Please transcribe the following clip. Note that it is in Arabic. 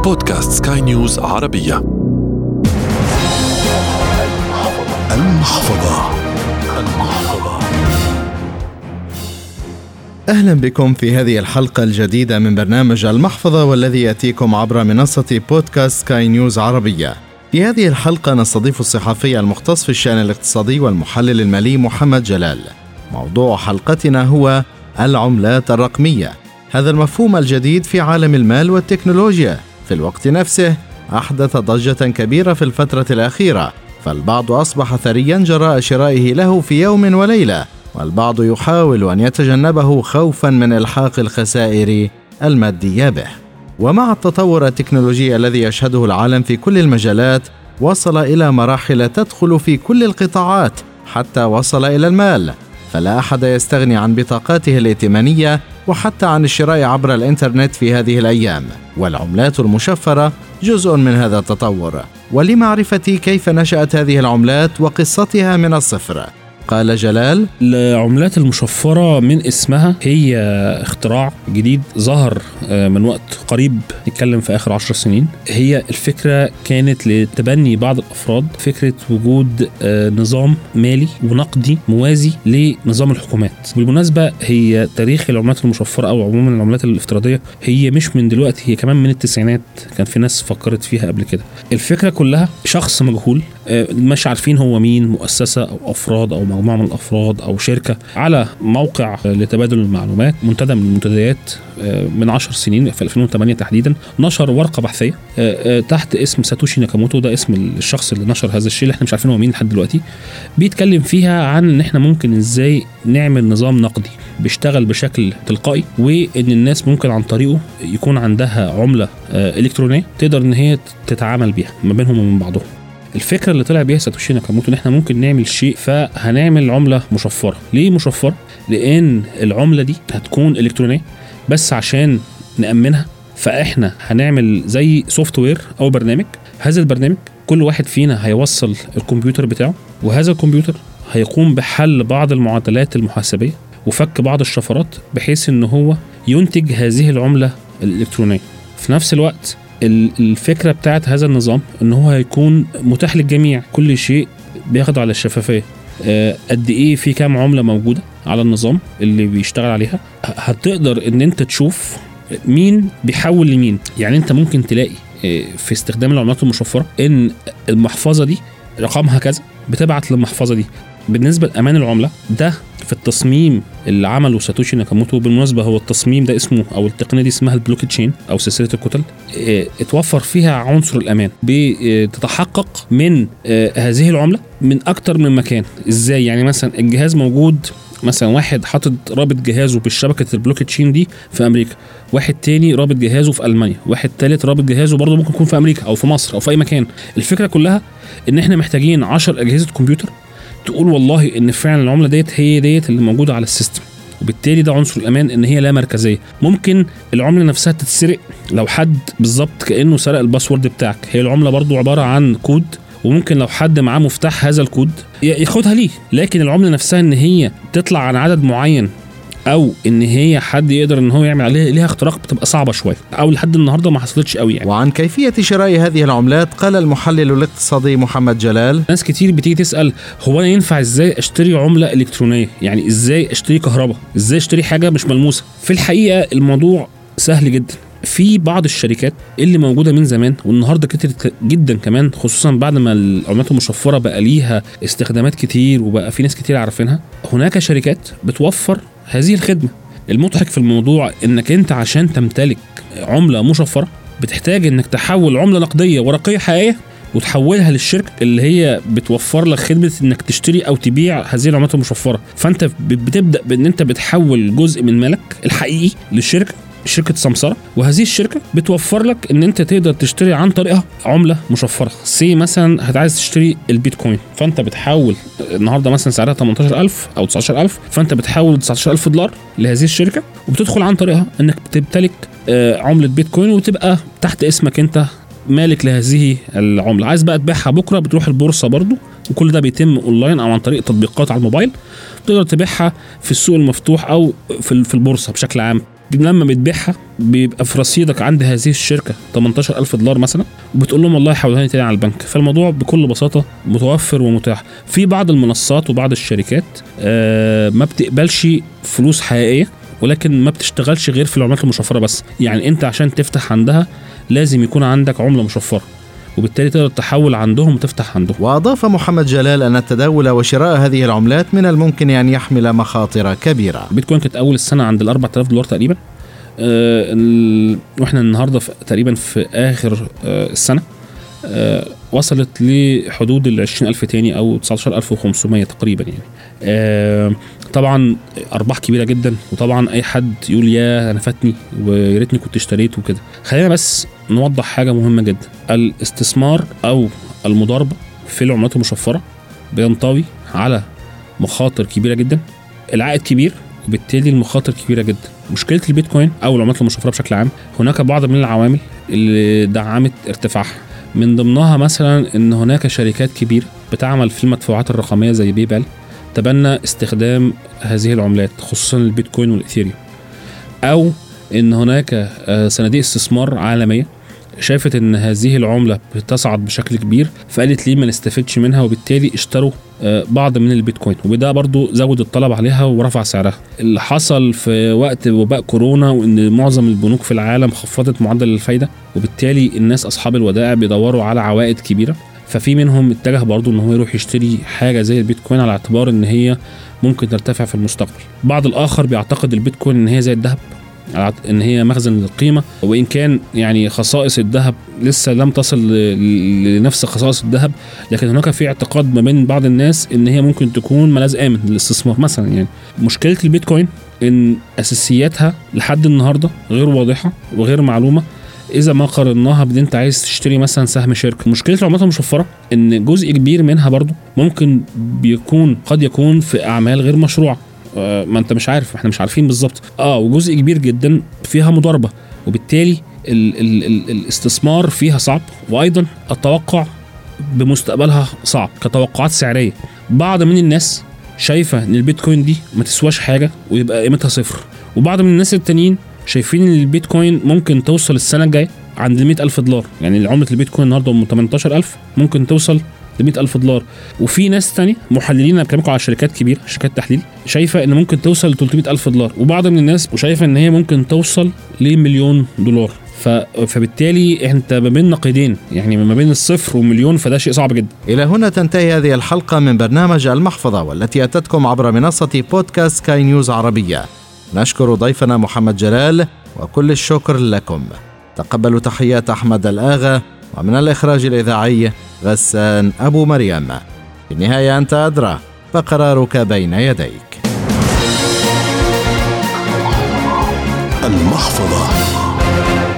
بودكاست سكاي نيوز عربية. المحفظة. أهلا بكم في هذه الحلقة الجديدة من برنامج المحفظة، والذي يأتيكم عبر منصة بودكاست سكاي نيوز عربية. في هذه الحلقة نستضيف الصحفي المختص في الشأن الاقتصادي والمحلل المالي محمد جلال. موضوع حلقتنا هو العملات الرقمية، هذا المفهوم الجديد في عالم المال والتكنولوجيا. في الوقت نفسه أحدث ضجة كبيرة في الفترة الأخيرة، فالبعض أصبح ثريا جراء شرائه له في يوم وليلة، والبعض يحاول أن يتجنبه خوفا من إلحاق الخسائر المادية به. ومع التطور التكنولوجي الذي يشهده العالم في كل المجالات، وصل إلى مراحل تدخل في كل القطاعات حتى وصل إلى المال، فلا أحد يستغني عن بطاقاته الائتمانية وحتى عن الشراء عبر الإنترنت في هذه الأيام، والعملات المشفرة جزء من هذا التطور. ولمعرفة كيف نشأت هذه العملات وقصتها من الصفر، قال جلال: العملات المشفرة من اسمها هي اختراع جديد ظهر من وقت قريب، نتكلم في آخر 10 سنين. هي الفكرة كانت لتبني بعض الأفراد فكرة وجود نظام مالي ونقدي موازي لنظام الحكومات. بالمناسبة هي تاريخ العملات المشفرة أو عموما العملات الافتراضية هي مش من دلوقتي، هي كمان من التسعينات كان في ناس فكرت فيها قبل كده. الفكرة كلها شخص مجهول، مش عارفين هو مين، مؤسسة أو أفراد أو مجموعة من الأفراد أو شركة، على موقع لتبادل المعلومات منتدى من المنتديات من 10 سنين في 2008 تحديدا، نشر ورقة بحثية تحت اسم ساتوشي ناكاموتو. ده اسم الشخص اللي نشر هذا الشيء اللي احنا مش عارفين هو مين لحد دلوقتي. بيتكلم فيها عن ان احنا ممكن ازاي نعمل نظام نقدي بيشتغل بشكل تلقائي، وان الناس ممكن عن طريقه يكون عندها عملة إلكترونية تقدر ان هي تتعامل بيها ما بينهم ومن بعضهم. الفكرة اللي طلع بيها ساتوشي ناكاموتو ان احنا ممكن نعمل شيء، فهنعمل عملة مشفرة. ليه مشفرة؟ لان العملة دي هتكون إلكترونية، بس عشان نأمنها فاحنا هنعمل زي سوفت وير او برنامج. هذا البرنامج كل واحد فينا هيوصل الكمبيوتر بتاعه، وهذا الكمبيوتر هيقوم بحل بعض المعادلات المحاسبية وفك بعض الشفرات بحيث ان هو ينتج هذه العملة الإلكترونية. في نفس الوقت الفكرة بتاعت هذا النظام ان هو هيكون متاح للجميع، كل شيء بياخد على الشفافية. قد ايه في كام عملة موجودة على النظام اللي بيشتغل عليها، هتقدر ان انت تشوف مين بيحول لمين. يعني انت ممكن تلاقي في استخدام العملات المشفرة ان المحفظة دي رقمها كذا بتبعت للمحفظة دي. بالنسبة لأمان العملة ده في التصميم اللي عمله ساتوشي ناكاموتو، بالمناسبة هو التصميم ده اسمه أو التقنية دي اسمها البلوك تشين أو سلسلة الكتل، اتوفر فيها عنصر الأمان بتتحقق من هذه العملة من أكتر من مكان. إزاي؟ يعني مثلا الجهاز موجود، مثلا واحد حاطط رابط جهازه بالشبكة البلوك تشين دي في أمريكا، واحد تاني رابط جهازه في ألمانيا، واحد تالت رابط جهازه برضه ممكن يكون في أمريكا أو في مصر أو في أي مكان. الفكرة كلها إن إحنا محتاجين 10 أجهزة كمبيوتر تقول والله إن فعلا العملة ديت هي ديت اللي موجودة على السيستم، وبالتالي ده عنصر الأمان إن هي لا مركزية. ممكن العملة نفسها تتسرق لو حد بالظبط كأنه سرق الباسورد بتاعك. هي العملة برضه عبارة عن كود، وممكن لو حد معاه مفتاح هذا الكود ياخدها ليه، لكن العملة نفسها ان هي تطلع عن عدد معين او ان هي حد يقدر ان هو يعمل عليها ليها اختراق بتبقى صعبة شوية، او لحد النهاردة ما حصلتش قوي يعني. وعن كيفية شراء هذه العملات قال المحلل الاقتصادي محمد جلال: ناس كتير بتيجي تسأل هو انا ينفع ازاي اشتري عملة إلكترونية؟ يعني ازاي اشتري كهرباء؟ ازاي اشتري حاجة مش ملموسة؟ في الحقيقة الموضوع سهل جدا. في بعض الشركات اللي موجودة من زمان والنهاردة كتير جدا كمان، خصوصا بعد ما العملات المشفرة بقى ليها استخدامات كتير وبقى في ناس كتير عارفينها، هناك شركات بتوفر هذه الخدمة. المضحك في الموضوع انك انت عشان تمتلك عملة مشفرة بتحتاج انك تحول عملة نقدية ورقية حقيقية وتحولها للشركة اللي هي بتوفر لك خدمة انك تشتري او تبيع هذه العملات المشفرة. فانت بتبدأ بان انت بتحول جزء من مالك الحقيقي للشركة، شركة سمسرة، وهذه الشركة بتوفر لك ان انت تقدر تشتري عن طريقها عملة مشفرة. سي مثلا هتعايز تشتري البيتكوين، فانت بتحول النهاردة مثلا سعرها 18,000 او 19,000، فانت بتحول $19,000 لهذه الشركة وبتدخل عن طريقها انك بتمتلك عملة بيتكوين وتبقى تحت اسمك انت مالك لهذه العملة. عايز بقى تبيعها بكرة بتروح البورصة برضو، وكل ده بيتم اونلاين او عن طريق تطبيقات على الموبايل، تقدر تبيعها في السوق المفتوح او في البورصة بشكل عام. لما بتبيعها بيبقى في رصيدك عند هذه الشركة $18,000 مثلا، وبتقول لهم والله حولها لي تاني على البنك. فالموضوع بكل بساطة متوفر ومتاح. في بعض المنصات وبعض الشركات ما بتقبلش فلوس حقيقية، ولكن ما بتشتغلش غير في العملات المشفرة بس. يعني انت عشان تفتح عندها لازم يكون عندك عملة مشفرة، وبالتالي تقدر تحول عندهم وتفتح عندهم. وأضاف محمد جلال أن التداول وشراء هذه العملات من الممكن أن يحمل مخاطر كبيرة. بيتكوين كانت أول السنة عند $4,000 تقريبا، واحنا النهاردة تقريبا في آخر السنة وصلت لحدود 20,000 تاني أو 19,500 تقريبا يعني. طبعا أرباح كبيرة جدا، وطبعا أي حد يقول يا أنا فاتني وياريتني كنت اشتريت وكده. خلينا بس نوضح حاجة مهمة جدا. الاستثمار أو المضاربة في العملات المشفرة بينطوي على مخاطر كبيرة جدا، العائد كبير وبالتالي المخاطر كبيرة جدا. مشكلة البيتكوين أو العملات المشفرة بشكل عام، هناك بعض من العوامل اللي دعمت ارتفاعها، من ضمنها مثلا ان هناك شركات كبيرة بتعمل في المدفوعات الرقمية زي باي بال تبنى استخدام هذه العملات خصوصا البيتكوين والإثيريوم، او ان هناك صناديق استثمار عالمية شافت ان هذه العملة بتصعد بشكل كبير فقالت ليه ما نستفدش منها، وبالتالي اشتروا بعض من البيتكوين، وده برضو زود الطلب عليها ورفع سعرها. اللي حصل في وقت وباء كورونا وان معظم البنوك في العالم خفضت معدل الفايدة، وبالتالي الناس اصحاب الودائع بيدوروا على عوائد كبيرة، ففي منهم اتجه برضو ان هو يروح يشتري حاجة زي البيتكوين على اعتبار ان هي ممكن ترتفع في المستقبل. بعض الاخر بيعتقد البيتكوين ان هي زي الذهب، ان هي مخزن للقيمة، وان كان يعني خصائص الذهب لسه لم تصل لنفس خصائص الذهب، لكن هناك في اعتقاد ما بين بعض الناس ان هي ممكن تكون ملاذ امن للاستثمار مثلا. يعني مشكلة البيتكوين ان اساسياتها لحد النهاردة غير واضحة وغير معلومة اذا ما قارناها بان انت عايز تشتري مثلا سهم شركة. مشكلة العملات المشفرة ان جزء كبير منها برضو ممكن قد يكون في اعمال غير مشروعة، ما انت مش عارف، احنا مش عارفين بالظبط. وجزء كبير جدا فيها مضاربة، وبالتالي الاستثمار فيها صعب، وايضا التوقع بمستقبلها صعب كتوقعات سعرية. بعض من الناس شايفة ان البيتكوين دي ما تسواش حاجة ويبقى قيمتها صفر، وبعض من الناس التانيين شايفين ان البيتكوين ممكن توصل السنة الجاية عند $100,000. يعني عملة البيتكوين النهاردة 18,000 ممكن توصل $100,000. وفي ناس تاني محللين، انا بكلمكم على شركات كبيرة، شركات تحليل، شايفة ان ممكن توصل $300,000، وبعض من الناس شايفة ان هي ممكن توصل $1,000,000. فبالتالي انت ما بين نقيضين، يعني ما بين الصفر والمليون، فده شيء صعب جدا. إلى هنا تنتهي هذه الحلقة من برنامج المحفظة، والتي أتتكم عبر منصة بودكاست سكاي نيوز عربية. نشكر ضيفنا محمد جلال وكل الشكر لكم. تقبلوا تحيات أحمد الآغا، ومن الإخراج الإذاعي غسان أبو مريم. في النهاية أنت أدرى، فقرارك بين يديك. المحفظة.